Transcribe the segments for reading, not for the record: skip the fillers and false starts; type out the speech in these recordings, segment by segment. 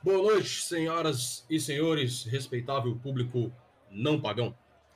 Boa noite, senhoras e senhores, respeitável público não pagão.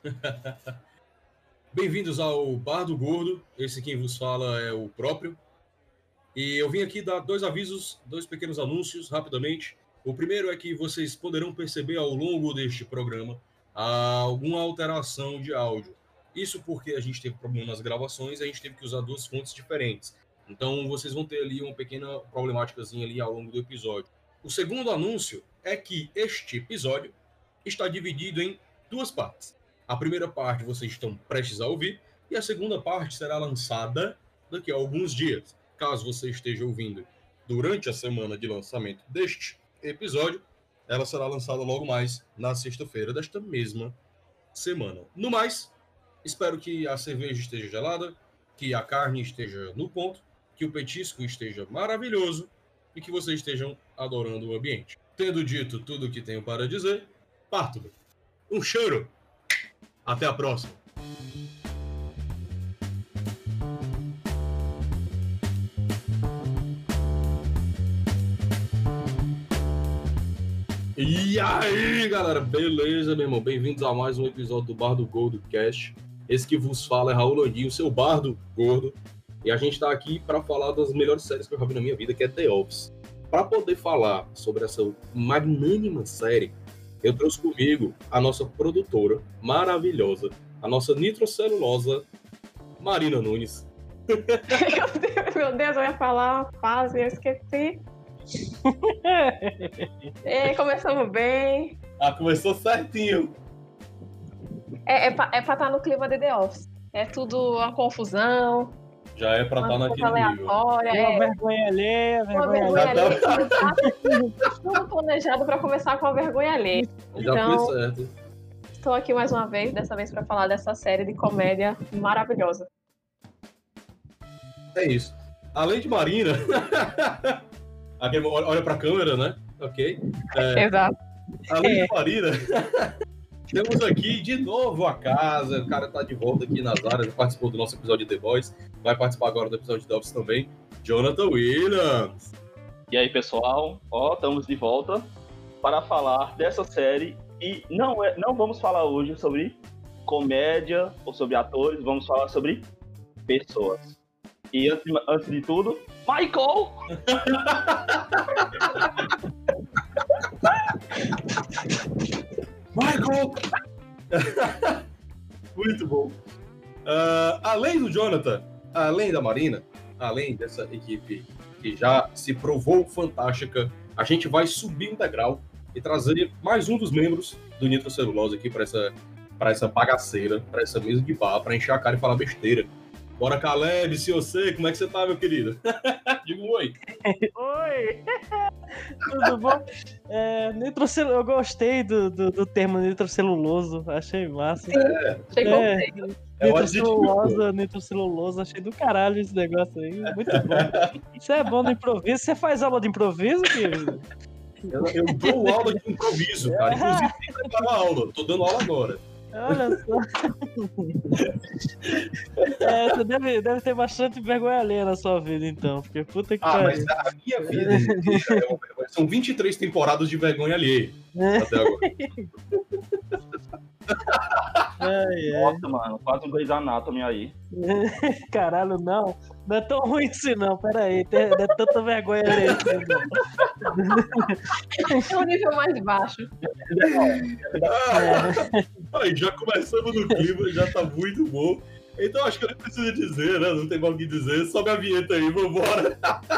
Bem-vindos ao Bar do Gordo. Esse quem vos fala é o próprio. E eu vim aqui dar dois avisos, dois pequenos anúncios, rapidamente. O primeiro é que vocês poderão perceber ao longo deste programa alguma alteração de áudio. Isso porque a gente teve problema nas gravações e a gente teve que usar duas fontes diferentes. Então vocês vão ter ali uma pequena problemáticazinha ali ao longo do episódio. O segundo anúncio é que este episódio está dividido em duas partes. A primeira parte vocês estão prestes a ouvir e a segunda parte será lançada daqui a alguns dias. Caso você esteja ouvindo durante a semana de lançamento deste episódio, ela será lançada logo mais na sexta-feira desta mesma semana. No mais, espero que a cerveja esteja gelada, que a carne esteja no ponto, que o petisco esteja maravilhoso e que vocês estejam adorando o ambiente. Tendo dito tudo o que tenho para dizer, parto. Um cheiro! Até a próxima! E aí, galera, beleza, meu irmão? Bem-vindos a mais um episódio do Bar do Gordo Cast. Esse que vos fala é Raul Landinho, seu bardo gordo. E a gente tá aqui para falar das melhores séries que eu já vi na minha vida, que é The Office. Para poder falar sobre essa magnânima série, eu trouxe comigo a nossa produtora maravilhosa, a nossa nitrocelulosa Marina Nunes. Meu Deus, eu ia falar uma frase e eu esqueci. E começamos bem. Começou certinho. É pra estar no clima de The Office. É tudo uma confusão. Já é pra estar naquele nível. Aleatória. Vergonha alheia, vergonha alheia. Tudo planejado pra começar com a vergonha alheia. Já foi certo. Estou aqui mais uma vez, dessa vez pra falar dessa série de comédia maravilhosa. É isso. Além de Marina... olha pra câmera, né? Ok. Exato. Além de Marina... Temos aqui de novo a casa, o cara tá de volta aqui nas áreas, participou do nosso episódio de The Boys, vai participar agora do episódio de The Office também, Jonathan Williams. E aí, pessoal, estamos de volta para falar dessa série e não vamos falar hoje sobre comédia ou sobre atores, vamos falar sobre pessoas. E antes de tudo, Michael! Michael! Muito bom. Além do Jonathan, além da Marina, além dessa equipe que já se provou fantástica, a gente vai subir um degrau e trazer mais um dos membros do Nitrocelulose aqui para essa bagaceira, para essa mesa de bar, para encher a cara e falar besteira. Bora, Caleb, se você, como é que você tá, meu querido? Diga um oi. Oi! Tudo bom? Eu gostei do termo nitroceluloso, achei massa. Nitrocelulosa, achei do caralho esse negócio aí, muito bom. Você é bom no improviso? Você faz aula de improviso, querido? Eu dou aula de improviso, cara. Inclusive, tem que preparar aula. Tô dando aula agora. Olha só. Você deve ter bastante vergonha alheia na sua vida, então. Porque puta que pariu. Mas a minha vida inteira são 23 temporadas de vergonha alheia. Até agora. Nossa, mano, quase um Grey's Anatomy aí. Caralho, não é tão ruim assim não, pera aí, não é tanta vergonha alheia É um nível mais baixo. Aí, já começamos no clima, já tá muito bom. Então acho que eu nem preciso dizer, né? Não tem mal o que dizer, sobe a vinheta aí, vambora.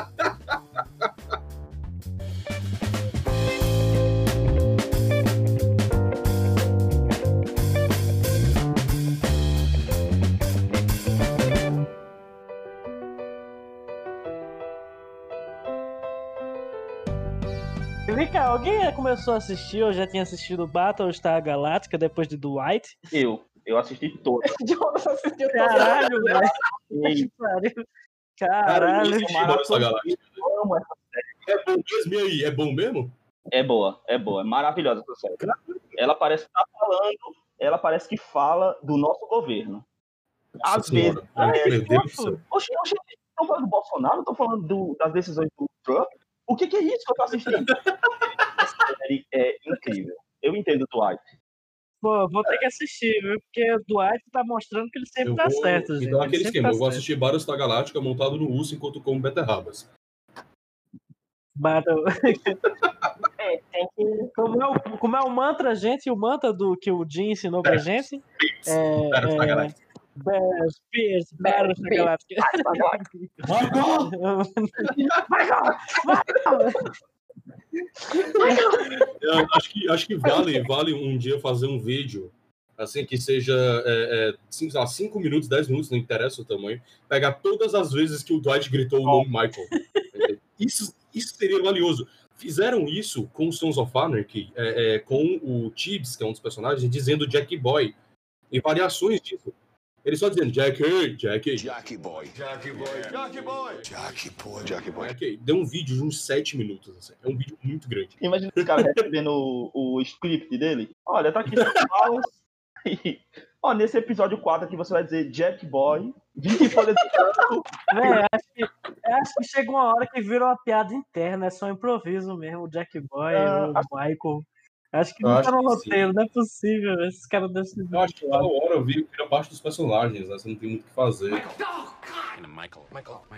Vem cá, alguém começou a assistir ou já tinha assistido Battlestar Galactica depois de Dwight? Eu assisti todas. Jonathan assistiu Caralho, velho. Caralho. Eu amo essa série. É bom mesmo? E aí, é bom mesmo? É boa, é maravilhosa essa série. Ela parece que fala do nosso governo. Às vezes. Meu Deus do céu. Oxe, estão falando do Bolsonaro? Estão falando das decisões do Trump? O que é isso que eu tô assistindo? série é incrível. Eu entendo o Dwight. Pô, vou ter que assistir, viu? Porque o Dwight tá mostrando que ele sempre tá certo, gente. Então, aquele Ele sempre esquema, tá eu vou certo. assistir Battlestar Galáctica montado no urso enquanto como beterrabas. Battle. Tem que. Como é o mantra, gente? O mantra que o Jim ensinou pra gente? Battlestar Galáctica. Bears, Battlestar Galáctica. Eu acho que vale um dia fazer um vídeo assim que seja 5 minutos, 10 minutos, não interessa o tamanho, pegar todas as vezes que o Dwight gritou o nome Michael. Isso seria valioso. Fizeram isso com o Sons of Anarchy, com o Tibbs, que é um dos personagens, dizendo Jack Boy, e variações disso. Ele só dizendo Jack Boy. Deu um vídeo de uns 7 minutos. Assim. É um vídeo muito grande. Imagina esse cara recebendo o script dele. Olha, tá aqui as falas. Ó, nesse episódio 4 aqui você vai dizer Jack Boy, 20 folhas de branco. Acho que chega uma hora que vira uma piada interna, é só improviso mesmo, o Jack Boy, o Michael. Acho que não tá no roteiro, não é possível, esses caras devem ser. Eu acho que toda hora eu vi que era parte dos personagens, né? Você não tem muito o que fazer. Michael.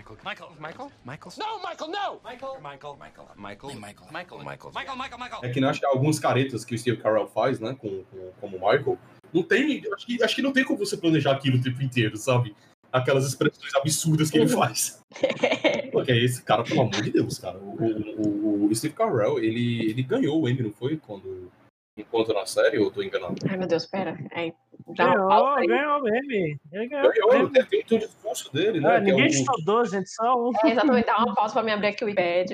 É que não acho que alguns caretas que o Steve Carell faz, né, como Michael, não tem, acho que não tem como você planejar aquilo o tempo inteiro, sabe? Aquelas expressões absurdas que ele faz. Porque esse cara, pelo amor de Deus, cara, o Steve Carell, ele ganhou o Emmy, não foi? Enquanto na série, ou eu tô enganado? Ai, meu Deus, pera. Ganhou mesmo. Ele ganhou. Tem o discurso dele, né? Ninguém estudou, gente, só um. Exatamente, dá uma pausa pra me abrir aqui o Wikipedia.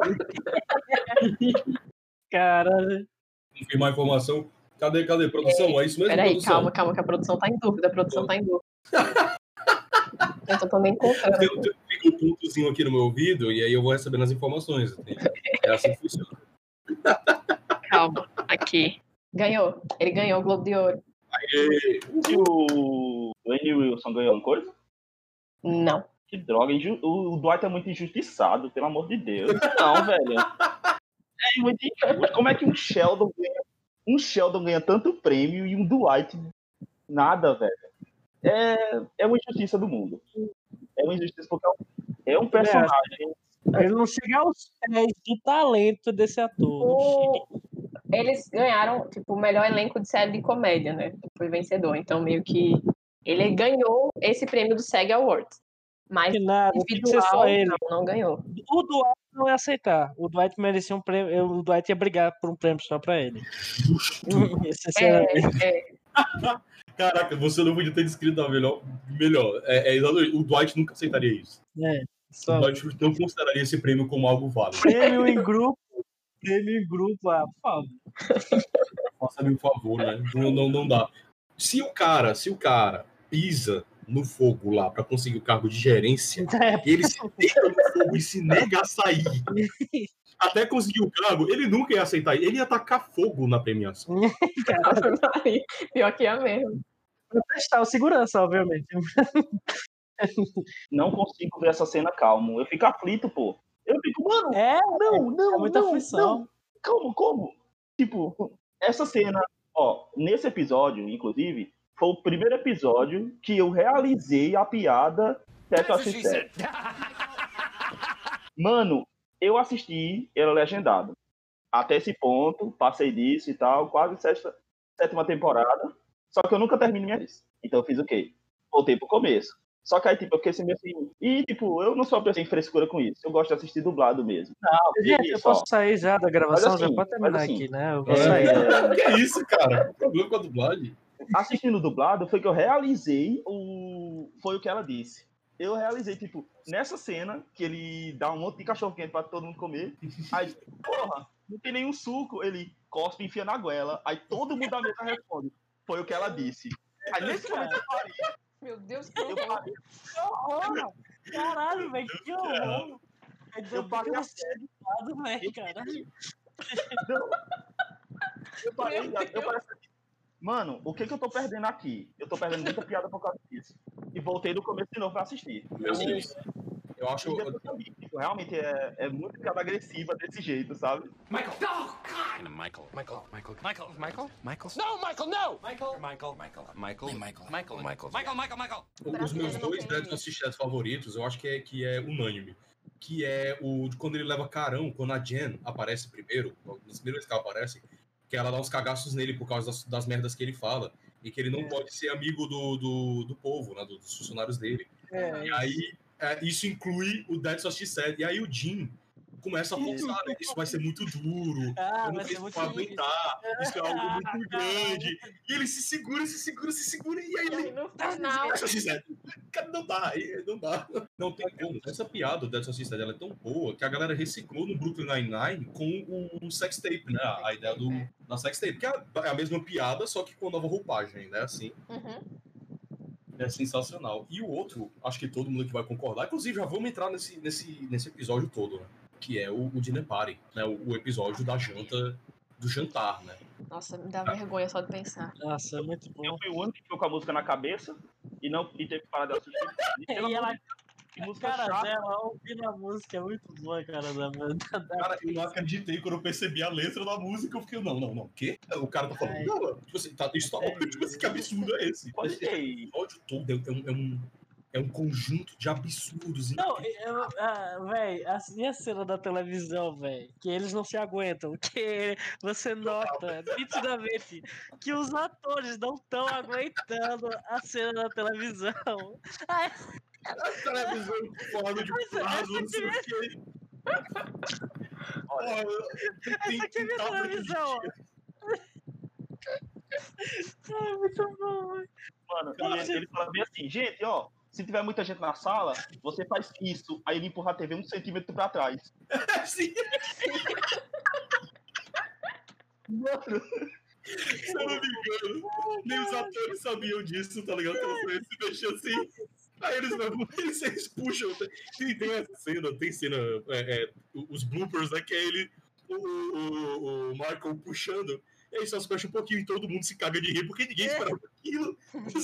Caralho. Confirmar a informação. Cadê, produção? É isso mesmo, Peraí, produção? calma, que a produção tá em dúvida. Eu tô também contando. Fica um pontozinho aqui no meu ouvido e aí eu vou recebendo as informações. Entende? É assim que funciona. Calma, aqui. Ganhou. Ele ganhou o Globo de Ouro. Aê! E o Annie Wilson ganhou alguma coisa? Não. Que droga, o Dwight é muito injustiçado, pelo amor de Deus. Não, velho. É muito injusto. Como é que um Sheldon ganha tanto prêmio e um Dwight nada, velho? É uma injustiça do mundo. É uma injustiça porque é um personagem. Ele não chega aos pés do talento desse ator. Eles ganharam, o melhor elenco de série de comédia, né? Foi vencedor. Então, meio que ele ganhou esse prêmio do SAG Awards. Mas que nada, individual, só ele. Não ganhou. O Dwight não ia aceitar. O Dwight merecia um prêmio. O Dwight ia brigar por um prêmio só pra ele. Caraca, você não podia ter descrito da melhor. O Dwight nunca aceitaria isso. O Dwight não consideraria esse prêmio como algo válido. Prêmio em grupo, por favor. Faça-me um favor, né? Não dá. Se o cara pisa no fogo lá pra conseguir o cargo de gerência, ele se deita no fogo e se nega a sair. Até conseguir o cargo, ele nunca ia aceitar. Ele ia tacar fogo na premiação. Pior que é mesmo. Pra testar o segurança, obviamente. Não consigo ver essa cena calmo. Eu fico aflito, pô. Eu fico, mano, não, muita aflição. Como? Tipo, essa cena, nesse episódio, inclusive, foi o primeiro episódio que eu realizei a piada Teto Assistente. Mano, eu assisti ela legendado. Até esse ponto, passei disso e tal, quase sétima temporada. Só que eu nunca termino minha lista. Então eu fiz o quê? Voltei pro começo. Só que aí, eu fiquei assim, e, eu não sou uma pessoa sem frescura com isso. Eu gosto de assistir dublado mesmo. Não, gente, eu posso sair já da gravação? Já pode terminar aqui, né? Eu vou sair. Que isso, cara? O problema com a dublagem? Assistindo dublado, foi que eu realizei foi o que ela disse. Eu realizei, nessa cena, que ele dá um monte de cachorro-quente pra todo mundo comer. Aí, porra, não tem nenhum suco. Ele cospe e enfia na goela. Aí todo mundo da mesa responde. Foi o que ela disse. Aí nesse momento eu parei. Meu Deus, que horror! Caralho, velho, que horror! Eu parei a série. Velho, caralho. Eu parei assim. Mano, o que eu tô perdendo aqui? Eu tô perdendo muita piada por causa disso. E voltei do começo de novo pra assistir. Meu Deus. Eu acho... Realmente é muito piada agressiva desse jeito, sabe? Michael! Oh, God! Michael. Michael. Michael. Michael. Michael. Michael. No, Michael, no! Michael. Michael. Michael. Michael. Michael. Michael. Michael. Michael. Michael. Os meus dois Dead Assisted favoritos, eu acho que é unânime. Que é o de quando ele leva carão, quando a Jen aparece primeiro, nos primeiros que ela aparece, que ela dá uns cagaços nele por causa das merdas que ele fala. E que ele não pode ser amigo do povo, né? Dos funcionários dele. E aí, isso inclui o Dead Assisted. E aí o Jim começa a forçar, né? Isso vai ser muito duro, eu não sei se vou aguentar, isso é algo muito grande. E ele se segura, e aí ele... No final... Não dá, não dá. Não tem como. Essa piada dessa sociedade, ela é tão boa que a galera reciclou no Brooklyn Nine-Nine com o sex tape, né? A ideia da sex tape, que é a mesma piada, só que com nova roupagem, né? Assim. É sensacional. E o outro, acho que todo mundo que vai concordar, inclusive já vamos entrar nesse episódio todo, né? Que é o Dinner Party, né? O episódio da janta, do jantar, né? Nossa, me dá vergonha só de pensar. Nossa, é muito bom. Eu fui o único que ficou com a música na cabeça e teve que parar de assistir. E ela... Que música cara chata. dela, ouvindo a música é muito boa, cara. Cara, eu não acreditei quando eu percebi a letra da música. Eu fiquei, não. O quê? O cara tá falando, não, tipo assim, que absurdo é esse? Esse episódio todo é um conjunto de absurdos. Não, velho, assim a cena da televisão, velho, que eles não se aguentam, que você nota nitidamente que os atores não estão aguentando a cena da televisão. Aí, a televisão falando de plasma, não sei o quê. Olha, essa aqui é minha televisão. É muito bom, velho. Mano, ele fala bem assim, gente, ó, se tiver muita gente na sala, você faz isso. Aí ele empurra a TV 1 centímetro pra trás. Sim. Mano, se eu não me engano, nem os atores sabiam disso, tá ligado? Eles se mexem assim. Aí eles puxam. Tem cena, os bloopers, né? Que é ele, o Michael puxando. E aí só se mexe um pouquinho e todo mundo se caga de rir, porque ninguém esperava aquilo.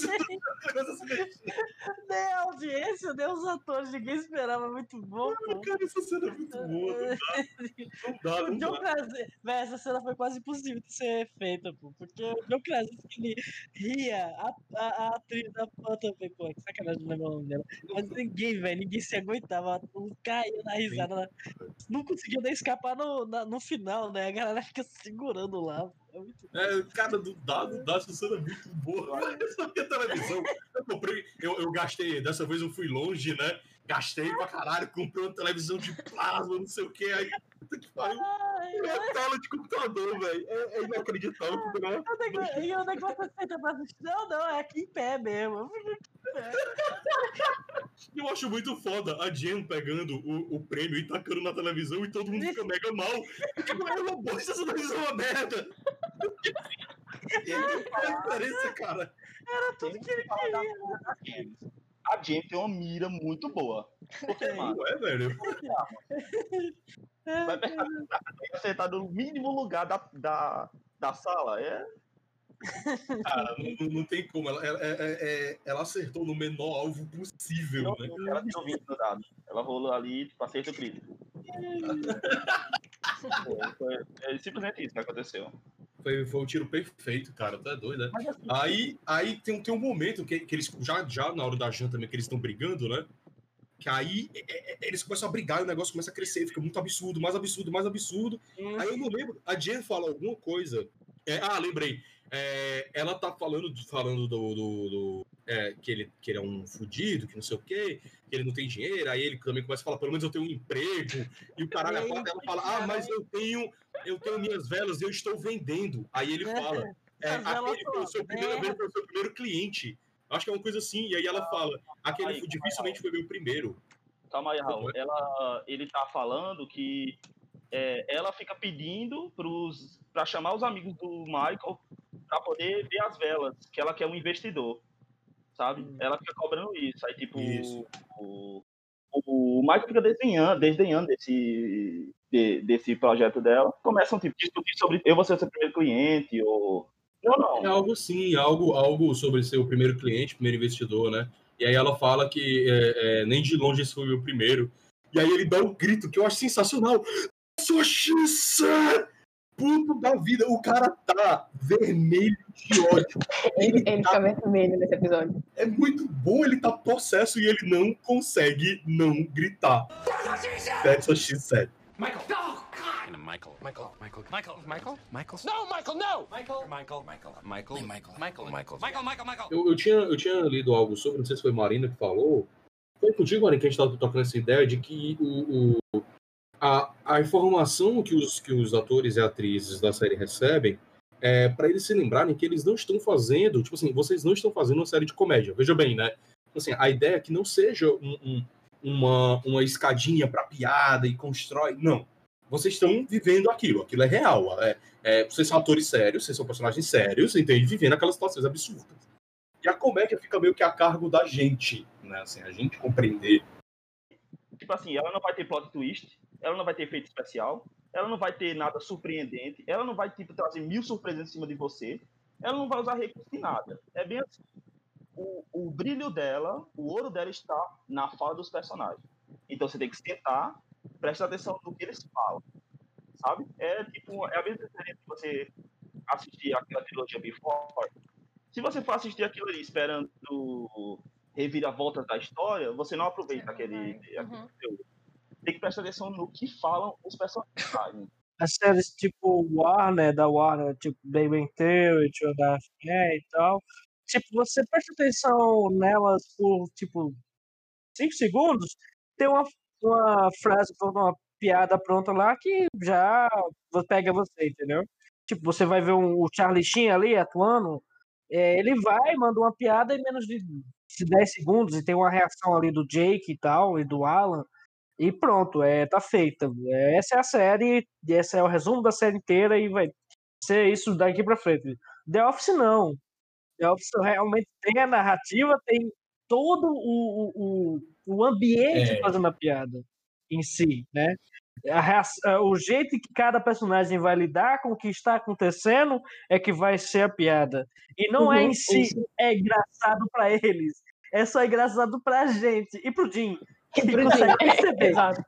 Nem a audiência, nem os atores, ninguém esperava. Muito bom, pô. Cara, essa cena é muito boa. Não dá. Véi, essa cena foi quase impossível de ser feita, pô. Porque o John Krasinski ria, a atriz da fã também, pô. Que sacanagem, não lembro o nome dela. Mas ninguém se aguentava. Caiu na risada. Não conseguiu nem escapar no final, né? A galera fica segurando lá. Cara, não dá, essa cena é muito boa. Essa minha televisão, eu comprei, eu gastei, dessa vez eu fui longe, né? Gastei pra caralho, comprei uma televisão de plasma, não sei o que, aí, puta que pariu, uma tela de computador, velho, é inacreditável, né? E o negócio é feito pra assistir, não, é aqui em pé mesmo. Eu acho muito foda a Jen pegando o prêmio e tacando na televisão e todo mundo fica mega mal. É uma bosta, essa televisão é uma merda. Qual a diferença, cara? Era tudo que ele queria. A Jen tem uma mira muito boa. Porque, mano, velho. Vai acertar no mínimo lugar da sala. Cara, não tem como. Ela acertou no menor alvo possível, não, né? Ela tirou 20 no dado. Ela rolou ali, tipo, acerto crítico. Foi simplesmente isso que aconteceu. Foi um tiro perfeito, cara. Tu é doido, né? Aí tem um momento que eles, já na hora da janta também, que eles estão brigando, né? Que aí eles começam a brigar e o negócio começa a crescer, fica muito absurdo, mais absurdo, mais absurdo. Aí eu não lembro, a Jen fala alguma coisa. Lembrei. Ela tá falando que ele é um fudido, que não sei o quê, que ele não tem dinheiro, aí ele também começa a falar, pelo menos eu tenho um emprego, e o caralho, ela fala, mas eu tenho minhas velas e eu estou vendendo. Aí ele fala, aquele foi o seu primeiro cliente. Acho que é uma coisa assim, e aí ela fala, aquele dificilmente foi meu primeiro. Calma aí, Raul. Ele tá falando que ela fica pedindo pra chamar os amigos do Michael pra poder ver as velas, que ela quer um investidor, sabe? Ela fica cobrando isso. Aí, tipo, o Michael fica desdenhando desse projeto dela. Começam, tipo, a discutir sobre eu vou ser o seu primeiro cliente, ou... Não. É algo sim, algo sobre ser o primeiro cliente, primeiro investidor, né? E aí ela fala que nem de longe esse foi o primeiro. E aí ele dá um grito que eu acho sensacional. Sua X! Puto da vida, o cara tá vermelho de ódio. Ele fica vermelho nesse episódio. É muito bom, ele tá possesso e ele não consegue não gritar. That's what she said. Michael. No, God. Michael. Michael. Michael. Michael. Michael. Michael. No, Michael, no. Michael. Michael. Michael. Michael. Michael. Michael. Michael. Michael. Michael. Eu tinha lido algo sobre, não sei se foi Marina que falou. Foi contigo, Marina, que a gente tava tocando essa ideia de que a informação que os atores e atrizes da série recebem é para eles se lembrarem que eles não estão fazendo, tipo assim, vocês não estão fazendo uma série de comédia. Veja bem, né? Assim, a ideia é que não seja uma escadinha para piada e constrói. Não. Vocês estão vivendo aquilo é real. Vocês são atores sérios, vocês são personagens sérios, entende? Vivendo aquelas situações absurdas. E a comédia fica meio que a cargo da gente, né? Assim, a gente compreender. Tipo assim, ela não vai ter plot twist, ela não vai ter efeito especial, ela não vai ter nada surpreendente, ela não vai, tipo, trazer 1000 surpresas em cima de você, ela não vai usar recurso de nada. É bem assim. O brilho dela, o ouro dela está na fala dos personagens. Então você tem que sentar, prestar atenção no que eles falam, sabe? É a mesma diferença que você assistir aquela trilogia Before. Se você for assistir aquilo ali esperando reviravoltas da história, você não aproveita aquele conteúdo. Tem que prestar atenção no que falam os personagens. As séries tipo Warner, da Warner, tipo Big Bang Theory, da FE e tal, tipo, você presta atenção nelas por, tipo, 5 segundos, tem uma frase, uma piada pronta lá que já pega você, entendeu? Tipo, você vai ver o Charlie Sheen ali atuando, ele vai, manda uma piada em menos de 10 segundos e tem uma reação ali do Jake e tal, e do Alan, e pronto, tá feita. Essa é a série, esse é o resumo da série inteira e vai ser isso daqui pra frente. The Office não. The Office realmente tem a narrativa, tem todo o ambiente fazendo a piada em si, né? O jeito que cada personagem vai lidar com o que está acontecendo é que vai ser a piada. E não é em si é engraçado pra eles, é só engraçado pra gente e pro Jim. Que consegue perceber. Exato.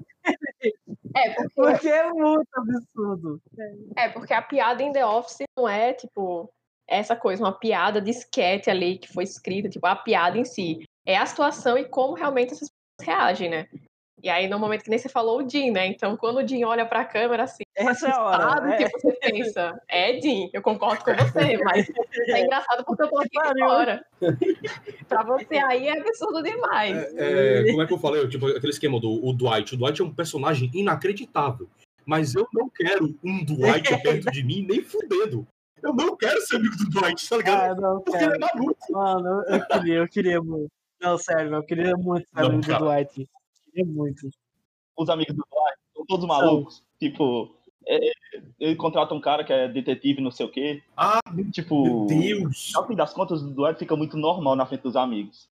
Porque é muito absurdo. Porque a piada em The Office não é, tipo, essa coisa, uma piada de sketch ali que foi escrita, tipo, a piada em si. É a situação e como realmente essas pessoas reagem, né? E aí, no momento que nem você falou, o Jim, né? Então, quando o Jim olha pra câmera assim, essa é a hora. Que você pensa, Jim, eu concordo com você, mas é engraçado porque eu tô aqui agora. Pra você aí é absurdo demais. Como é que eu falei? Tipo, aquele esquema do Dwight. O Dwight é um personagem inacreditável. Mas eu não quero um Dwight perto de mim, nem fudendo. Eu não quero ser amigo do Dwight, tá ligado? Porque ele é maluco. Mano, eu queria muito. Não, sério, eu queria muito ser amigo do Dwight. É muito. Os amigos do Dwight são todos malucos. Tipo, ele contrata um cara que é detetive, não sei o quê. Meu Deus! No fim das contas, o Dwight fica muito normal na frente dos amigos.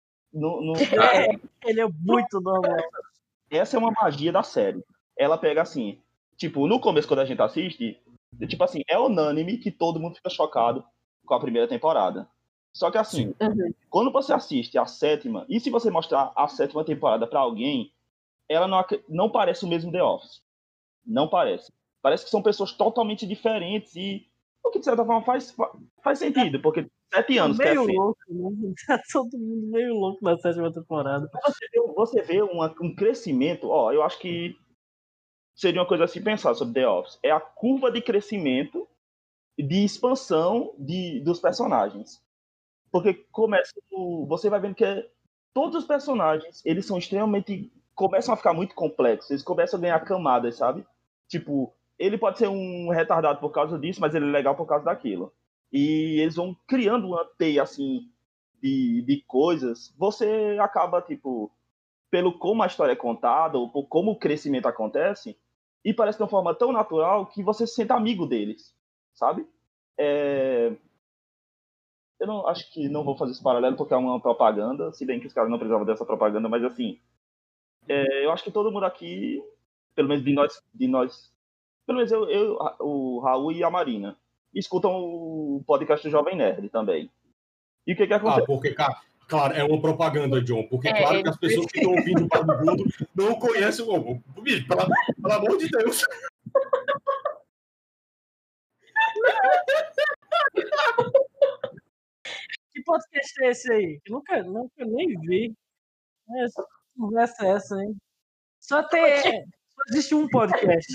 Ele é muito normal. Essa é uma magia da série. Ela pega assim, tipo, no começo, quando a gente assiste, tipo assim, é unânime que todo mundo fica chocado com a primeira temporada. Só que assim, quando você assiste a 7ª, e se você mostrar a 7ª temporada pra alguém, ela não parece o mesmo The Office. Não parece. Parece que são pessoas totalmente diferentes e o que de certa forma faz sentido, porque 7 anos meio louco, né? Tá todo mundo meio louco na 7ª temporada. Você vê um crescimento, eu acho que seria uma coisa a se pensar sobre The Office. É a curva de crescimento, de expansão dos personagens. Porque você vai vendo que todos os personagens, eles são começam a ficar muito complexos, eles começam a ganhar camadas, sabe? Tipo, ele pode ser um retardado por causa disso, mas ele é legal por causa daquilo. E eles vão criando uma teia, assim, de coisas. Você acaba, tipo, pelo como a história é contada, ou por como o crescimento acontece, e parece de uma forma tão natural que você se sente amigo deles, sabe? Eu não acho que não vou fazer esse paralelo porque é uma propaganda, se bem que os caras não precisavam dessa propaganda, mas assim, eu acho que todo mundo aqui, pelo menos de nós pelo menos eu, o Raul e a Marina, escutam o podcast do Jovem Nerd também. E o que acontece? Porque Claro, é uma propaganda, John, porque claro que as pessoas que estão ouvindo o Bar do Gordo não conhecem o Lobo. Bicho, pelo amor de Deus. Que podcast é esse aí? Eu nunca nem vi. Essa conversa é essa, hein? Só existe um podcast.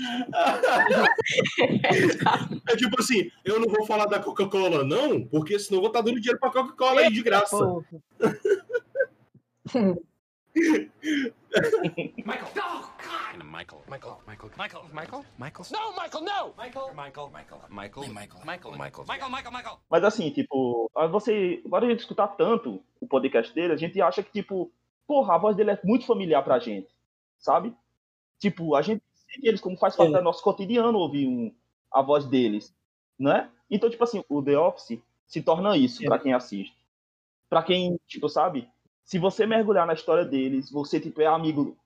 É tipo assim, eu não vou falar da Coca-Cola, não, porque senão eu vou estar dando dinheiro pra Coca-Cola aí de graça. Michael. Oh, God. Michael. Michael. Michael. Michael. Michael. Michael. No, Michael, no. Michael. Michael. Michael. Michael. Michael. Michael. Michael. Michael. Michael. Michael. Mas assim, tipo, agora a gente escutar tanto o podcast dele, a gente acha que, tipo, porra, a voz dele é muito familiar pra gente, sabe? Tipo, a gente sente eles como faz parte do nosso cotidiano ouvir a voz deles, né? Então, tipo assim, o The Office se torna isso pra quem assiste. Pra quem, tipo, sabe? Se você mergulhar na história deles, você, tipo, é amigo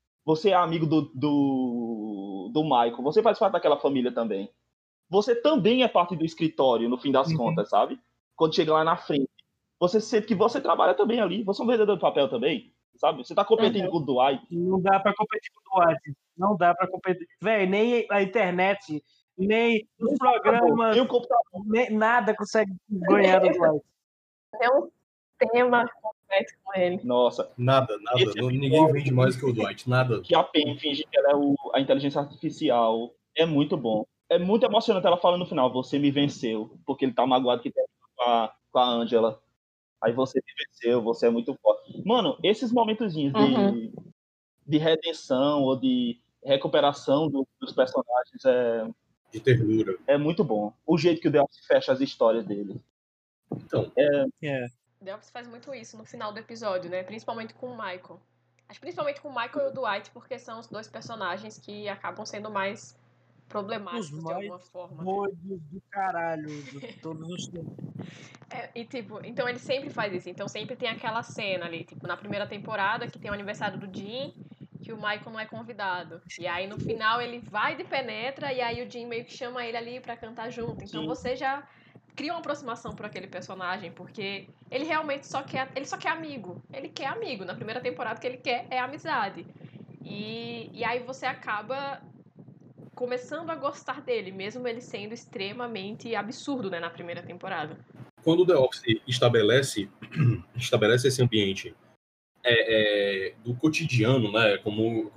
do Michael, você faz parte daquela família também. Você também é parte do escritório, no fim das contas, sabe? Quando chega lá na frente, você sente que você trabalha também ali, você é um vendedor de papel também, sabe? Você tá competindo com o Dwight. Não dá pra competir com o Dwight. Não dá pra competir. Véi, nem a internet, nem os programas, nem o computador. Nada consegue ganhar do Dwight. É um tema completo com ele. Nossa. Nada. Ninguém vende mais que o Dwight, nada. Que a Pen finge que ela é a inteligência artificial. É muito bom. É muito emocionante ela falando no final, você me venceu, porque ele tá magoado que tem com a Angela. Aí você me venceu, você é muito forte. Mano, esses momentozinhos de redenção ou de recuperação dos personagens de ternura. É muito bom. O jeito que o The Office fecha as histórias dele. Então. The Office faz muito isso no final do episódio, né? Principalmente com o Michael. Acho que principalmente com o Michael e o Dwight, porque são os dois personagens que acabam sendo mais problemáticos de alguma forma. Doidos do caralho de todos os tempos. E tipo, então ele sempre faz isso. Então sempre tem aquela cena ali, tipo, na primeira temporada, que tem o aniversário do Jim, que o Michael não é convidado. E aí no final ele vai de penetra e aí o Jim meio que chama ele ali pra cantar junto. Então você já cria uma aproximação por aquele personagem, porque ele realmente só quer amigo. Ele quer amigo. Na primeira temporada o que ele quer é amizade. E aí você acaba começando a gostar dele, mesmo ele sendo extremamente absurdo, né, na primeira temporada. Quando o The Office estabelece esse ambiente do cotidiano, né, como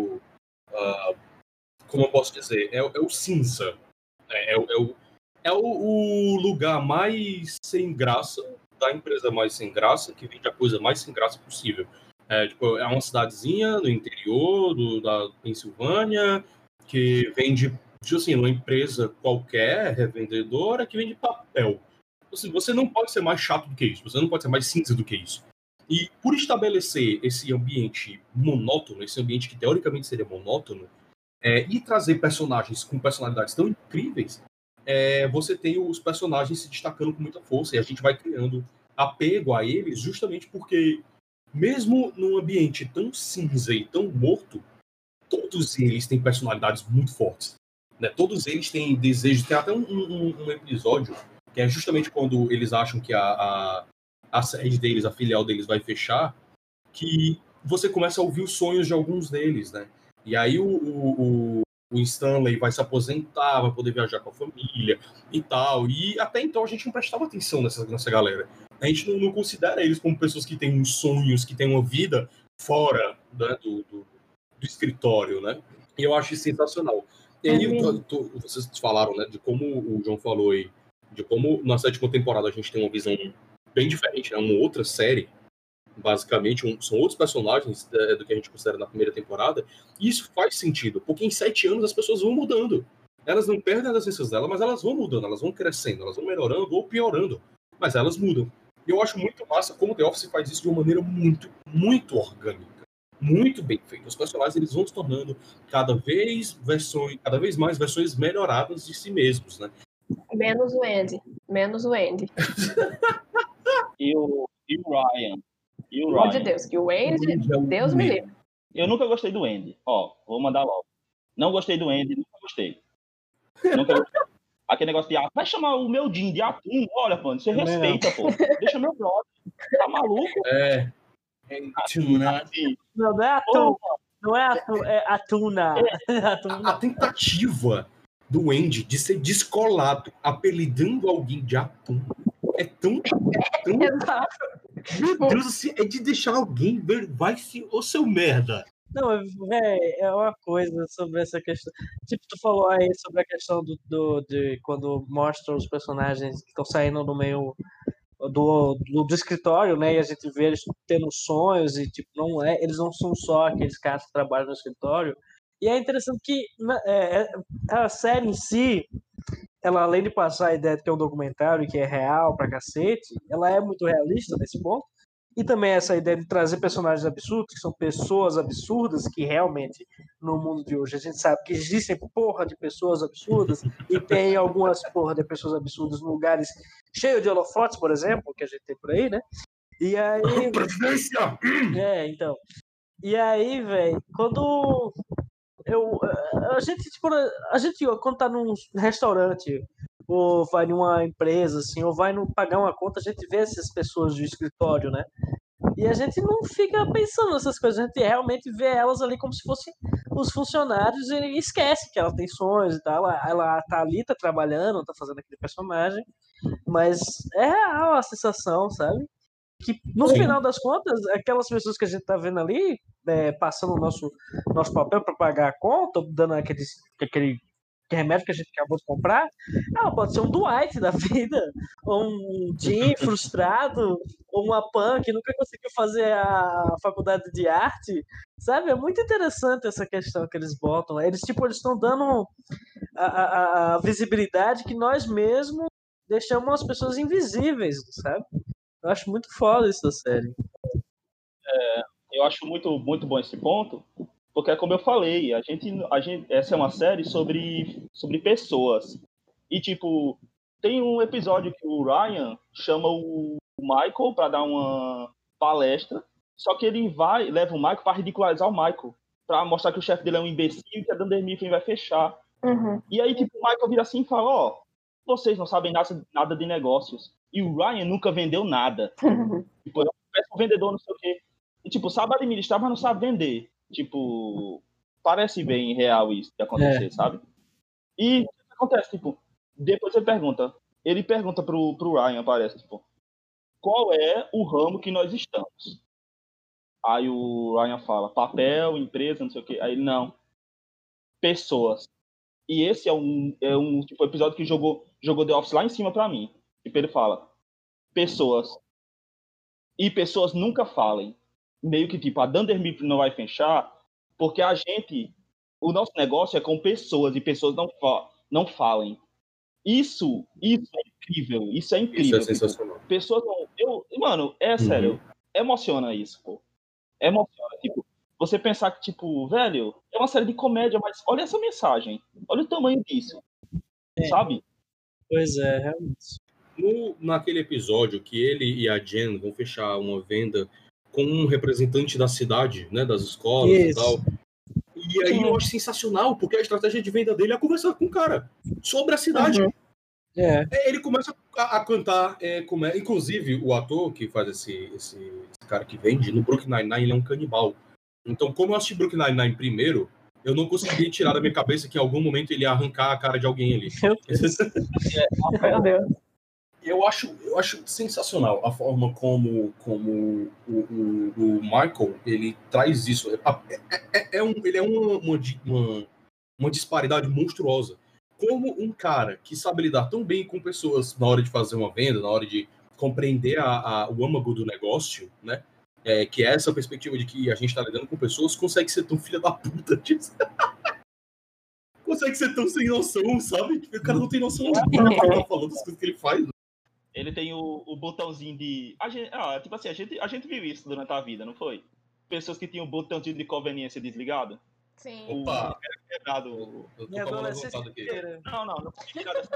eu posso dizer, é o cinza, é o lugar mais sem graça da empresa mais sem graça, que vende a coisa mais sem graça possível. É uma cidadezinha no interior da Pensilvânia, que vende, tipo assim, uma empresa qualquer, revendedora, que vende papel. Assim, você não pode ser mais chato do que isso, você não pode ser mais cinza do que isso. E por estabelecer esse ambiente monótono, esse ambiente que teoricamente seria monótono, e trazer personagens com personalidades tão incríveis, você tem os personagens se destacando com muita força, e a gente vai criando apego a eles justamente porque, mesmo num ambiente tão cinza e tão morto, todos eles têm personalidades muito fortes. Né? Todos eles têm desejos. Tem até um episódio que é justamente quando eles acham que a sede deles, a filial deles vai fechar, que você começa a ouvir os sonhos de alguns deles, né? E aí o Stanley vai se aposentar, vai poder viajar com a família e tal. E até então a gente não prestava atenção nessa galera. A gente não considera eles como pessoas que têm uns sonhos, que têm uma vida fora, né, do escritório, né? E eu acho isso sensacional. E aí, vocês falaram, né, de como o João falou aí, de como na sétima temporada a gente tem uma visão bem diferente, né? Uma outra série, basicamente, são outros personagens do que a gente considera na primeira temporada, e isso faz sentido, porque em 7 anos as pessoas vão mudando. Elas não perdem as essências delas, mas elas vão mudando, elas vão crescendo, elas vão melhorando ou piorando, mas elas mudam. E eu acho muito massa como o The Office faz isso de uma maneira muito, muito orgânica. Muito bem feito. Os personagens eles vão se tornando cada vez mais versões melhoradas de si mesmos, né? Menos o Andy. E o Ryan. Pelo amor de Deus, que o Andy, Deus me livre. Eu nunca gostei do Andy. Ó, vou mandar logo. Não gostei do Andy, nunca gostei. Aquele negócio de vai chamar o meu Jim de atum? Olha, mano, você Também respeita, pô. Deixa meu brother. Tá maluco? É. Tuna. Assim, Não é atum. Não é atum, é atuna. A Atuna. tentativa do Andy de ser descolado, apelidando alguém de atum, é tão. Exato. Meu Deus, assim, é de deixar alguém ver. Vai se. Ô seu merda! Não, velho, é uma coisa sobre essa questão. Tipo, tu falou aí sobre a questão de quando mostra os personagens que estão saindo do meio do escritório, né? E a gente vê eles tendo sonhos e, tipo, eles não são só aqueles caras que trabalham no escritório. E é interessante que a série em si, ela, além de passar a ideia de que é um documentário, que é real pra cacete, ela é muito realista nesse ponto. E também essa ideia de trazer personagens absurdos, que são pessoas absurdas, que realmente, no mundo de hoje, a gente sabe que existem porra de pessoas absurdas, e tem algumas porra de pessoas absurdas em lugares cheios de holofotes, por exemplo, que a gente tem por aí, né? E aí... Presidência! então... E aí, velho, quando... A gente, quando tá num restaurante, ou vai numa empresa, assim, ou vai pagar uma conta, a gente vê essas pessoas do escritório, né? E a gente não fica pensando nessas coisas, a gente realmente vê elas ali como se fossem os funcionários e esquece que ela tem sonhos e tal. Ela tá ali, tá trabalhando, tá fazendo aquele personagem, mas é real a sensação, sabe? Que no Sim. final das contas, aquelas pessoas que a gente tá vendo ali, passando o nosso papel para pagar a conta, dando aquele remédio que a gente acabou de comprar, ela pode ser um Dwight da vida, ou um Jim frustrado, ou uma Pan que nunca conseguiu fazer a faculdade de arte, sabe? É muito interessante essa questão que eles botam. Eles estão dando a visibilidade que nós mesmos deixamos as pessoas invisíveis, sabe? Eu acho muito foda isso da série. eu acho muito, muito bom esse ponto, porque é como eu falei, essa é uma série sobre pessoas. E, tipo, tem um episódio que o Ryan chama o Michael para dar uma palestra, só que ele leva o Michael para ridicularizar o Michael, para mostrar que o chefe dele é um imbecil e que a Dunder Mifflin vai fechar. Uhum. E aí, tipo, o Michael vira assim e fala, vocês não sabem nada de negócios. E o Ryan nunca vendeu nada. Tipo, é um vendedor, não sei o quê. E, tipo, sabe administrar, mas não sabe vender. Tipo, parece bem real isso de acontecer, sabe? E o que acontece, tipo, depois ele pergunta pro Ryan, parece, tipo, qual é o ramo que nós estamos? Aí o Ryan fala, papel, empresa, não sei o quê. Aí ele, não, pessoas. E esse é um tipo, episódio que jogou The Office lá em cima pra mim. Tipo, ele fala, pessoas. E pessoas nunca falem. Meio que, tipo, a Dunder Mifflin não vai fechar porque o nosso negócio é com pessoas e pessoas não falem. Isso é incrível. Isso é incrível. Isso é sensacional. Tipo, pessoas não... Mano, sério. Emociona isso, pô. Emociona, tipo... Você pensar que, tipo, velho, é uma série de comédia, mas olha essa mensagem. Olha o tamanho disso. Sabe? Pois é, realmente. Naquele episódio que ele e a Jen vão fechar uma venda com um representante da cidade, né, das escolas e tal. E aí eu acho sensacional, porque a estratégia de venda dele é conversar com o cara sobre a cidade. Uhum. Ele começa a cantar, inclusive o ator que faz esse cara que vende, no Brooklyn Nine-Nine ele é um canibal. Então, como eu assisti Brooklyn Nine-Nine primeiro, eu não consegui tirar da minha cabeça que em algum momento ele ia arrancar a cara de alguém ali. Meu Deus. Eu acho sensacional a forma como o Michael ele traz isso. Ele é uma disparidade monstruosa. Como um cara que sabe lidar tão bem com pessoas na hora de fazer uma venda, na hora de compreender o âmago do negócio, né? Que é essa perspectiva de que a gente está lidando com pessoas, consegue ser tão filha da puta disso. Consegue ser tão sem noção, sabe? O cara não tem noção do que ele tá falando, das coisas que ele faz. Ele tem o botãozinho de... tipo assim, a gente viu isso durante a vida, não foi? Pessoas que tinham o botãozinho de conveniência desligado. Sim. Opa! Quebrado. Eu tô falando voltado aqui. Não foi tirar dessa...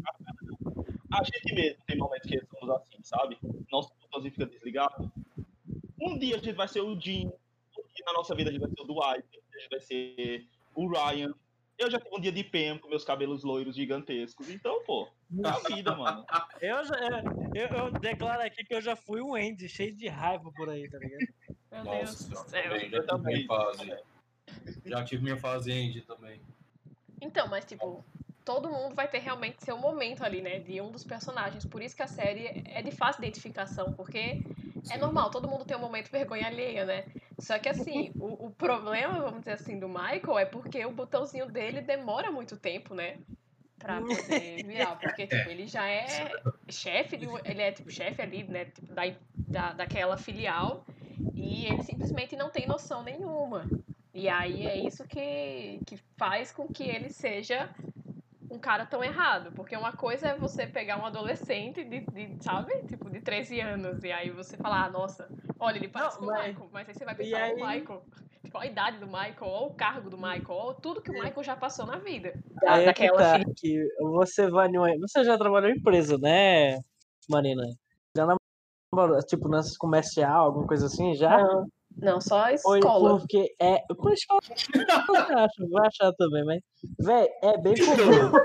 A gente mesmo tem momentos que somos assim, sabe? Nosso botãozinho fica desligado. Um dia a gente vai ser o Jim, um dia na nossa vida a gente vai ser o Dwight, a gente vai ser o Ryan. Eu já tive um dia de PM com meus cabelos loiros gigantescos. Então, pô, é a vida, mano. Eu declaro aqui que eu já fui um Andy, cheio de raiva por aí, tá ligado? Meu Deus Nossa, do céu. também, já tive minha fase. Já tive minha fase Andy também. Então, mas tipo, todo mundo vai ter realmente seu momento ali, né? De um dos personagens. Por isso que a série é de fácil identificação, porque é normal, todo mundo tem um momento vergonha alheia, né? Só que assim, o problema, vamos dizer assim, do Michael é porque o botãozinho dele demora muito tempo, né? Pra poder virar. Porque, tipo, ele já é chefe, ele é tipo chefe ali, né? Tipo, daquela filial. E ele simplesmente não tem noção nenhuma. E aí é isso que faz com que ele seja um cara tão errado. Porque uma coisa é você pegar um adolescente sabe? Tipo, de 13 anos. E aí você falar, nossa, olha, ele parece com o Michael. Mas aí você vai pensar, o Michael. Tipo, a idade do Michael, ou o cargo do Michael, ou tudo que o Michael já passou na vida. Aí é que Daquela tá, filha. que você vai numa... Você já trabalhou em empresa, né, Marina? Já namorou, tipo, nessa comercial, alguma coisa assim, já? Não, só a Foi escola. porque com a escola você acha, vai achar também, mas, véi, é bem comum.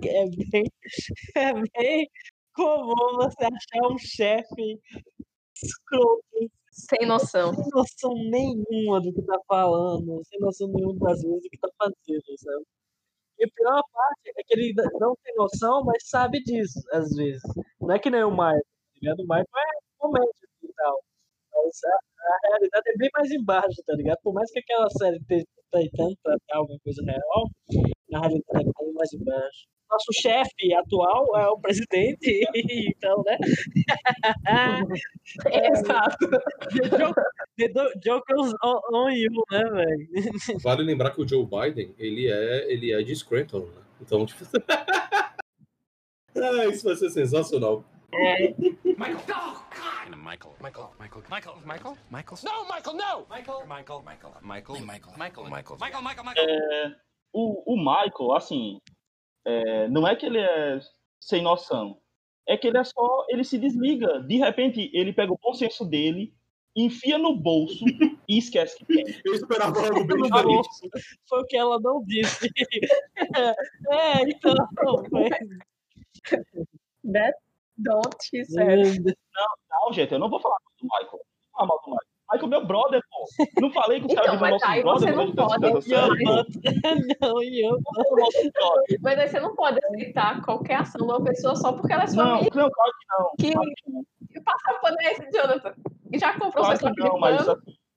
É bem comum você achar um chefe escroto, Sem noção. sem noção nenhuma do que tá falando, sem noção nenhuma das vezes do que tá fazendo, sabe? E a pior parte é que ele não tem noção, mas sabe disso, às vezes. Não é que nem o Michael, tá ligado? O Michael é comédia e tal. Mas a realidade é bem mais embaixo, tá ligado? Por mais que aquela série esteja tentando tratar alguma coisa real, a realidade é bem mais embaixo. Nosso chefe atual é o presidente, então, né? Exato. The joke is on you, né, velho? Vale lembrar que o Joe Biden, ele é de Scranton, né? Então, tipo... isso vai ser sensacional. Michael! Oh, God! Michael? No, Michael, no! Michael. O Michael, assim, não é que ele é sem noção. É que ele se desliga. De repente, ele pega o bom senso dele, enfia no bolso e esquece que tem. Eu esperava algo bem No diferente. bolso. Foi o que ela não disse. Então, That don't she said. Não, gente, eu não vou falar mal do Michael. Não vou falar mal do Michael. Michael, meu brother, pô. Não falei que os caras Então, viram mas nossos aí brothers você não durante pode. essa série, pô. Mas aí você não pode aceitar qualquer ação de uma pessoa só porque ela é sua Não, amiga. claro que não. Que Claro que não. passa pano nesse, Jonathan. E já comprou Claro seu que saco não, de mas pano. assim.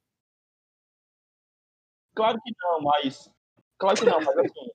Claro que não, mas assim,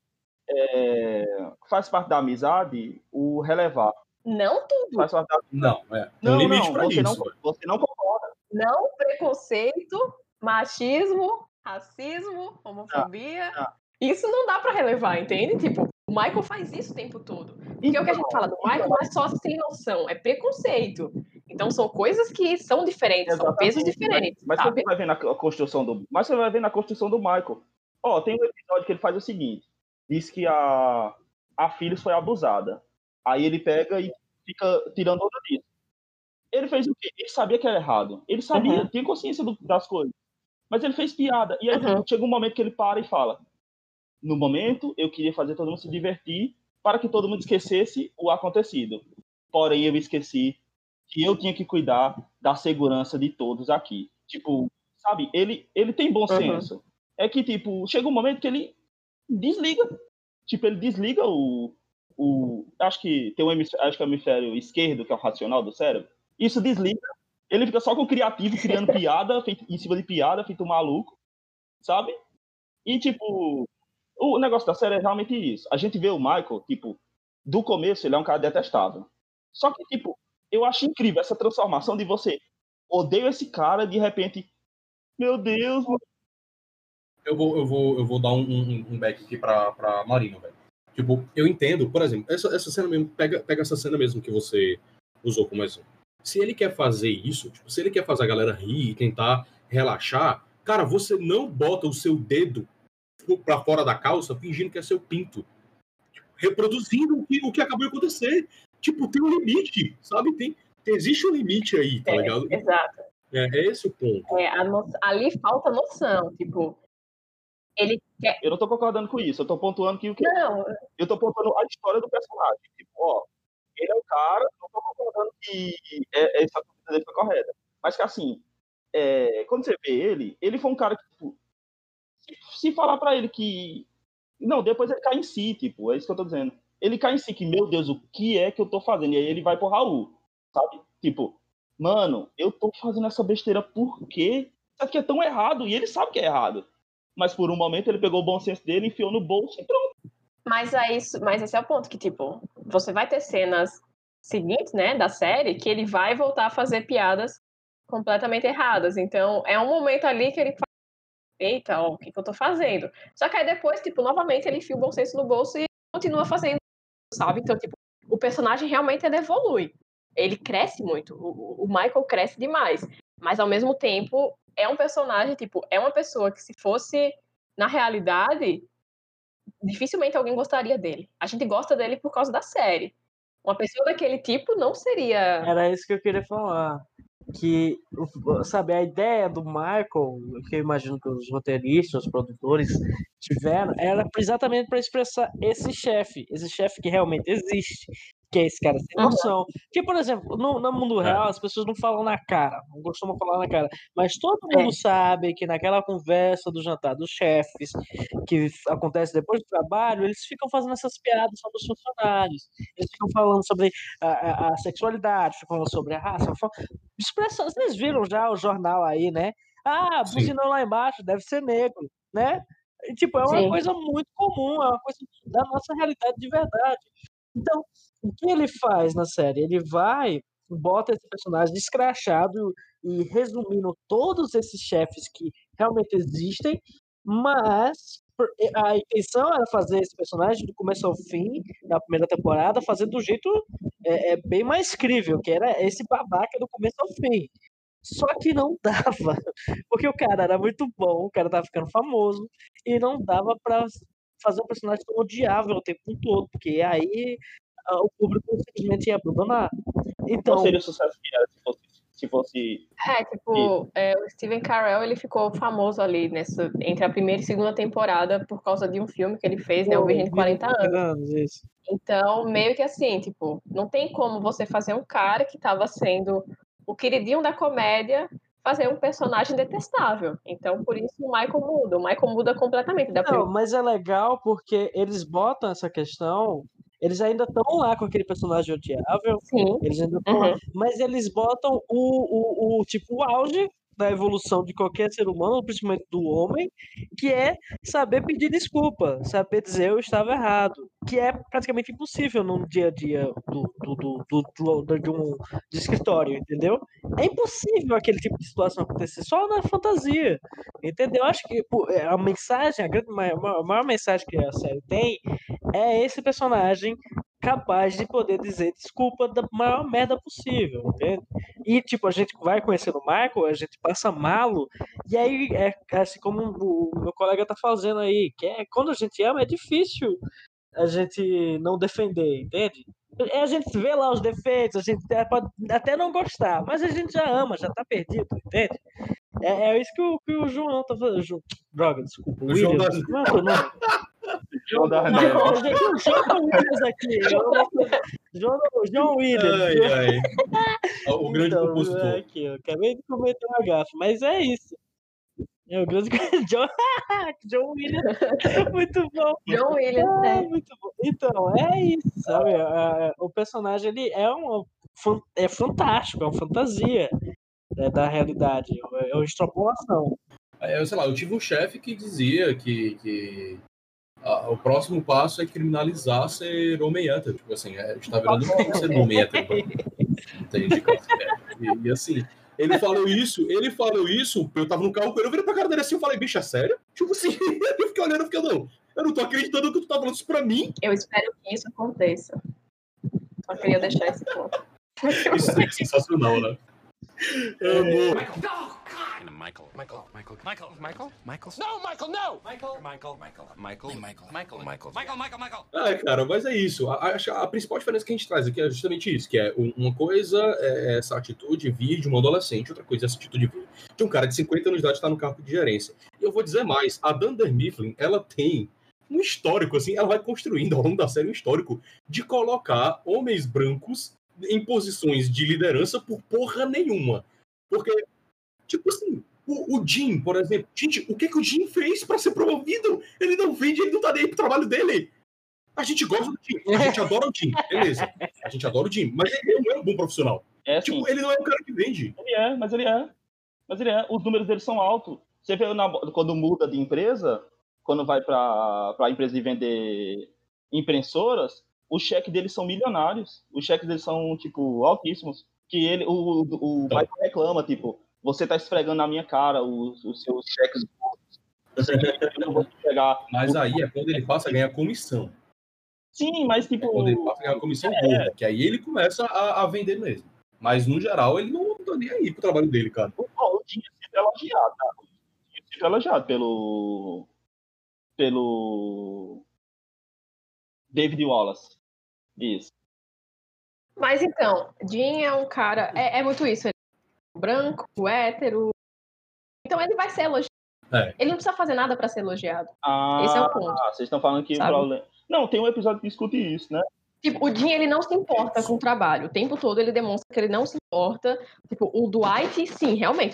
faz parte da amizade o relevar. Não tudo. Faz parte da... Não, tem Não, um limite não, pra você isso. você não concorda. Não preconceito, machismo, racismo, homofobia. Não. Isso não dá pra relevar, entende? Tipo, o Michael faz isso o tempo todo. Porque o que a gente fala do Michael não é só sem noção, é preconceito. Então são coisas que são diferentes, são pesos diferentes. Mas sabe? você vai ver na construção do Michael. Ó, tem um episódio que ele faz o seguinte: diz que a Phyllis foi abusada. Aí ele pega e fica tirando onda disso. Ele fez o quê? Ele sabia que era errado. Ele sabia, tinha consciência das coisas. Mas ele fez piada. E aí chega um momento que ele para e fala: no momento, eu queria fazer todo mundo se divertir para que todo mundo esquecesse o acontecido. Porém, eu esqueci que eu tinha que cuidar da segurança de todos aqui. Tipo, sabe? Ele tem bom senso. É que, tipo, chega um momento que ele desliga. Tipo, ele desliga acho que tem acho que é o hemisfério esquerdo, que é o racional do cérebro. Isso desliga. Ele fica só com o criativo, criando piada, em cima de piada, feito maluco. Sabe? E, tipo, o negócio da série é realmente isso. A gente vê o Michael, tipo, do começo ele é um cara detestável. Só que, tipo, eu acho incrível essa transformação de você odeio esse cara, de repente, meu Deus. Eu vou dar um back aqui pra Marina, velho. Tipo, eu entendo, por exemplo, essa cena mesmo, pega essa cena mesmo que você usou como exemplo. Se ele quer fazer isso, tipo, se ele quer fazer a galera rir e tentar relaxar, cara, você não bota o seu dedo pra fora da calça fingindo que é seu pinto. Tipo, reproduzindo o que acabou de acontecer. Tipo, tem um limite, sabe? Existe um limite aí, tá ligado? Exato. É esse o ponto. Ali falta noção, tipo, Ele quer. Eu não tô concordando com isso. Eu tô pontuando que o que. Não, Eu tô pontuando a história do personagem. Tipo, ó, ele é o cara, não tô concordando que essa dúvida dele foi correta. Mas que assim, quando você vê ele foi um cara que, tipo, se falar pra ele que. Não, depois ele cai em si, tipo, é isso que eu tô dizendo. Ele cai em si, que, meu Deus, o que é que eu tô fazendo? E aí ele vai pro Raul, sabe? Tipo, mano, eu tô fazendo essa besteira por quê? Isso aqui é tão errado, e ele sabe que é errado. Mas por um momento ele pegou o bom senso dele, enfiou no bolso e pronto. mas esse é o ponto que, tipo, você vai ter cenas seguintes, né, da série, que ele vai voltar a fazer piadas completamente erradas. Então, é um momento ali que ele fala, eita, ó, o que eu tô fazendo? Só que aí depois, tipo, novamente ele enfia o bom senso no bolso e continua fazendo, sabe? Então, tipo, o personagem realmente ele evolui. Ele cresce muito. O Michael cresce demais. Mas, ao mesmo tempo, é um personagem, tipo, é uma pessoa que se fosse na realidade, dificilmente alguém gostaria dele. A gente gosta dele por causa da série. Uma pessoa daquele tipo não seria. Era isso que eu queria falar. Que, sabe, a ideia do Michael, que eu imagino que os roteiristas, os produtores tiveram, era exatamente para expressar esse chefe que realmente existe, que é esse cara sem noção. Que, por exemplo, no mundo real, as pessoas não falam na cara, não costumam falar na cara, mas todo mundo sabe que naquela conversa do jantar dos chefes, que acontece depois do trabalho, eles ficam fazendo essas piadas sobre os funcionários, eles ficam falando sobre a sexualidade, ficam falando sobre a raça, expressão, vocês viram já o jornal aí, né? Ah, buzinão lá embaixo, deve ser negro, né? E, tipo, é uma coisa muito comum, é uma coisa da nossa realidade de verdade. Então, o que ele faz na série? Ele vai, bota esse personagem escrachado e resumindo todos esses chefes que realmente existem, mas a intenção era fazer esse personagem do começo ao fim, da primeira temporada, fazer do jeito bem mais crível, que era esse babaca do começo ao fim. Só que não dava, porque o cara era muito bom, o cara tava ficando famoso, e não dava pra fazer um personagem tão odiável o tempo todo, porque aí o público simplesmente ia abandonar. Então, qual seria o sucesso que era se fosse o Steven Carell, ele ficou famoso ali entre a primeira e segunda temporada por causa de um filme que ele fez, né, O Virgem de 40 Anos. Isso. Então, meio que assim, tipo, não tem como você fazer um cara que estava sendo o queridinho da comédia fazer um personagem detestável. Então, por isso o Michael muda completamente. Não, mas é legal porque eles botam essa questão, eles ainda estão lá com aquele personagem odiável, Sim. eles ainda estão lá, mas eles botam tipo, o auge da evolução de qualquer ser humano, principalmente do homem, que é saber pedir desculpa, saber dizer eu estava errado, que é praticamente impossível no dia a dia de escritório, entendeu? É impossível aquele tipo de situação acontecer, só na fantasia, entendeu? Acho que a mensagem, a maior mensagem que a série tem é esse personagem capaz de poder dizer desculpa da maior merda possível, entende? E, tipo, a gente vai conhecendo o Michael, a gente passa malo, e aí é assim como o meu colega tá fazendo aí, que é quando a gente ama, é difícil a gente não defender, entende? A gente vê lá os defeitos, a gente pode até não gostar, mas a gente já ama, já tá perdido, entende? É isso que o João tá fazendo. Droga, desculpa. O João Williams. Não é o teu nome? João da João Williams aqui. João Williams. O grande então, compositor. Aqui, eu acabei de cometer uma gafe, mas é isso. É o grande John Williams. Muito bom. John Williams, muito bom. Então, é isso, sabe? O personagem, ele é fantástico, é uma fantasia da realidade, é uma extrapolação. Sei lá, eu tive um chefe que dizia que o próximo passo é criminalizar ser homem hétero. Tipo assim, a gente tá virando ser um homem hétero. Entende? E assim, ele falou isso, eu tava no carro, eu virei pra cara dele assim, eu falei, bicho, é sério? Tipo assim, eu fiquei olhando, eu não tô acreditando que tu tá falando isso pra mim. Eu espero que isso aconteça. Só queria deixar esse ponto. Isso é sensacional, né? Amor. Michael. Michael. Michael. Michael. Michael. Michael. No, Michael, no! Michael. Michael. Michael. Michael. Michael. Michael. Michael. Michael. Michael. Cara, mas é isso. A principal diferença que a gente traz aqui é justamente isso, que é uma coisa é essa atitude vir de um adolescente, outra coisa é essa atitude vir de um cara de 50 anos de idade que está no cargo de gerência. E eu vou dizer mais, a Dunder Mifflin, ela tem um histórico, assim, ela vai construindo ao longo da série um histórico de colocar homens brancos em posições de liderança por porra nenhuma. Porque, tipo assim, o Jim, por exemplo, gente, o que o Jim fez pra ser promovido? Ele não vende, ele não tá nem aí pro trabalho dele. A gente gosta do Jim, a gente adora o Jim, beleza. A gente adora o Jim, mas ele não é um bom profissional. Assim, Tipo, ele não é um cara que vende. Mas ele é. Os números dele são altos. Você vê quando muda de empresa, quando vai pra empresa de vender impressoras, os cheques deles são milionários. Os cheques deles são, tipo, altíssimos. Que o Michael reclama, tipo, você tá esfregando na minha cara os seus cheques. Eu não vou pegar. Mas aí é quando ele passa a ganhar comissão. Sim, mas tipo. É quando ele passa a ganhar comissão gorda, que aí ele começa a vender mesmo. Mas no geral ele não tá nem aí pro trabalho dele, cara. O tinha sido elogiado, tá? Tinha sido elogiado pelo David Wallace. Isso. Mas então, Jim é um cara. É muito isso. Ele é branco, hétero. Então ele vai ser elogiado. Ele não precisa fazer nada pra ser elogiado. Esse é o ponto. Vocês estão falando que o problema. Não, tem um episódio que discute isso, né? Tipo, o Jim, ele não se importa com o trabalho. O tempo todo ele demonstra que ele não se importa. Tipo, o Dwight, sim, realmente.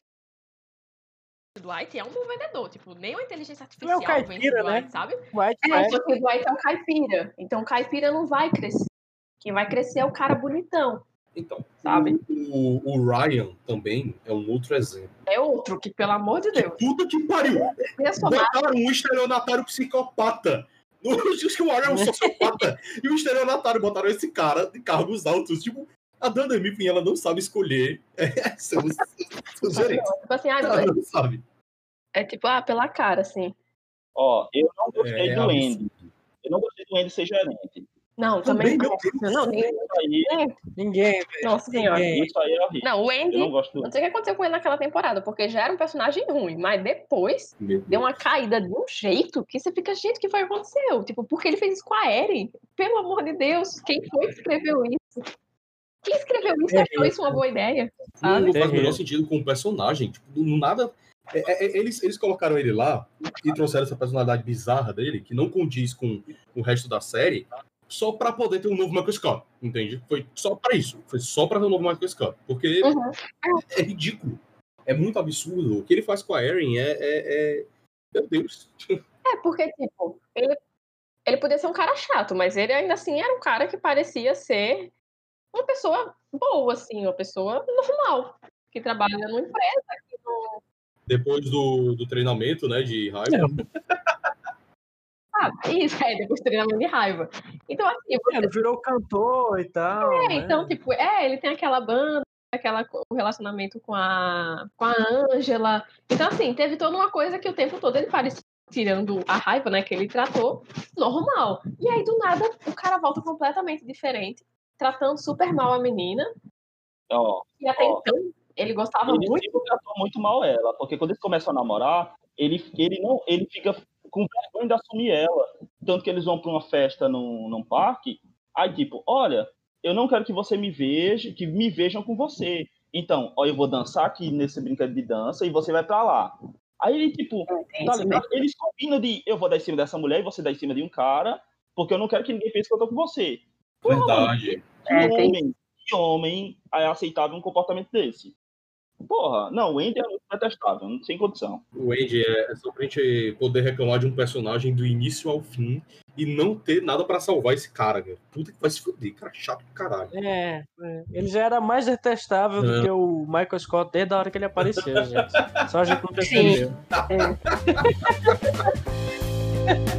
O Dwight é um bom vendedor. Tipo, nem a inteligência artificial vende o Dwight, né? Sabe? Só que o Dwight é um caipira. Então, o caipira não vai crescer. Quem vai crescer é o cara bonitão. Então, sabe? O Ryan também é um outro exemplo. É outro que, pelo amor de Deus. Puta que pariu! Botaram um estelionatário psicopata. Diz que o Ryan é um sociopata. E o estelionatário botaram esse cara de cargos altos. Tipo, a Dunder Mifflin, ela não sabe escolher seus gerentes. Tipo assim, ela não sabe. É tipo, pela cara, assim. Ó, eu não gostei do Andy. Eu não gostei do Andy ser gerente. Não, também não. Ninguém. Nossa senhora. Isso aí é horrível. Não, o Andy, não sei o que aconteceu com ele naquela temporada, porque já era um personagem ruim, mas depois deu uma caída de um jeito que você fica, gente, o que foi que aconteceu? Tipo, porque ele fez isso com a Eren? Pelo amor de Deus, quem foi que escreveu isso? Quem escreveu isso achou isso uma boa ideia? Não faz o menor sentido com o personagem. Tipo, nada... Eles colocaram ele lá e trouxeram essa personalidade bizarra dele, que não condiz com o resto da série, só pra poder ter um novo Michael Scott, entende? Foi só pra isso. Foi só pra ter um novo Michael Scott. Porque é ridículo. É muito absurdo. O que ele faz com a Eren meu Deus. Porque, tipo, ele podia ser um cara chato, mas ele ainda assim era um cara que parecia ser uma pessoa boa, assim, uma pessoa normal, que trabalha numa empresa. Que não... Depois do treinamento, né, de raiva. Isso, depois do treinamento de raiva. Então, assim... Ele virou cantor e tal. Então, tipo, ele tem aquela banda, o relacionamento com a Ângela. Então, assim, teve toda uma coisa que o tempo todo ele parecia, tirando a raiva, né, que ele tratou, normal. E aí, do nada, o cara volta completamente diferente, tratando super mal a menina. E até então, ele gostava muito. Ele tratou muito mal ela, porque quando eles começam a namorar, ele fica com vergonha de assumir ela. Tanto que eles vão para uma festa num parque, aí tipo, olha, eu não quero que você me veja, que me vejam com você. Então, eu vou dançar aqui nesse brinquedo de dança e você vai para lá. Aí ele, tipo, eles combinam de eu vou dar em cima dessa mulher e você dá em cima de um cara, porque eu não quero que ninguém pense que eu tô com você. Verdade. Que homem é aceitável um comportamento desse? Porra, não, o Andy é muito detestável, sem condição. O Andy é só pra gente poder reclamar de um personagem do início ao fim e não ter nada pra salvar esse cara, velho. Puta que vai se fuder, cara chato do caralho. Ele já era mais detestável do que o Michael Scott desde a hora que ele apareceu, gente. Só a gente não percebeu.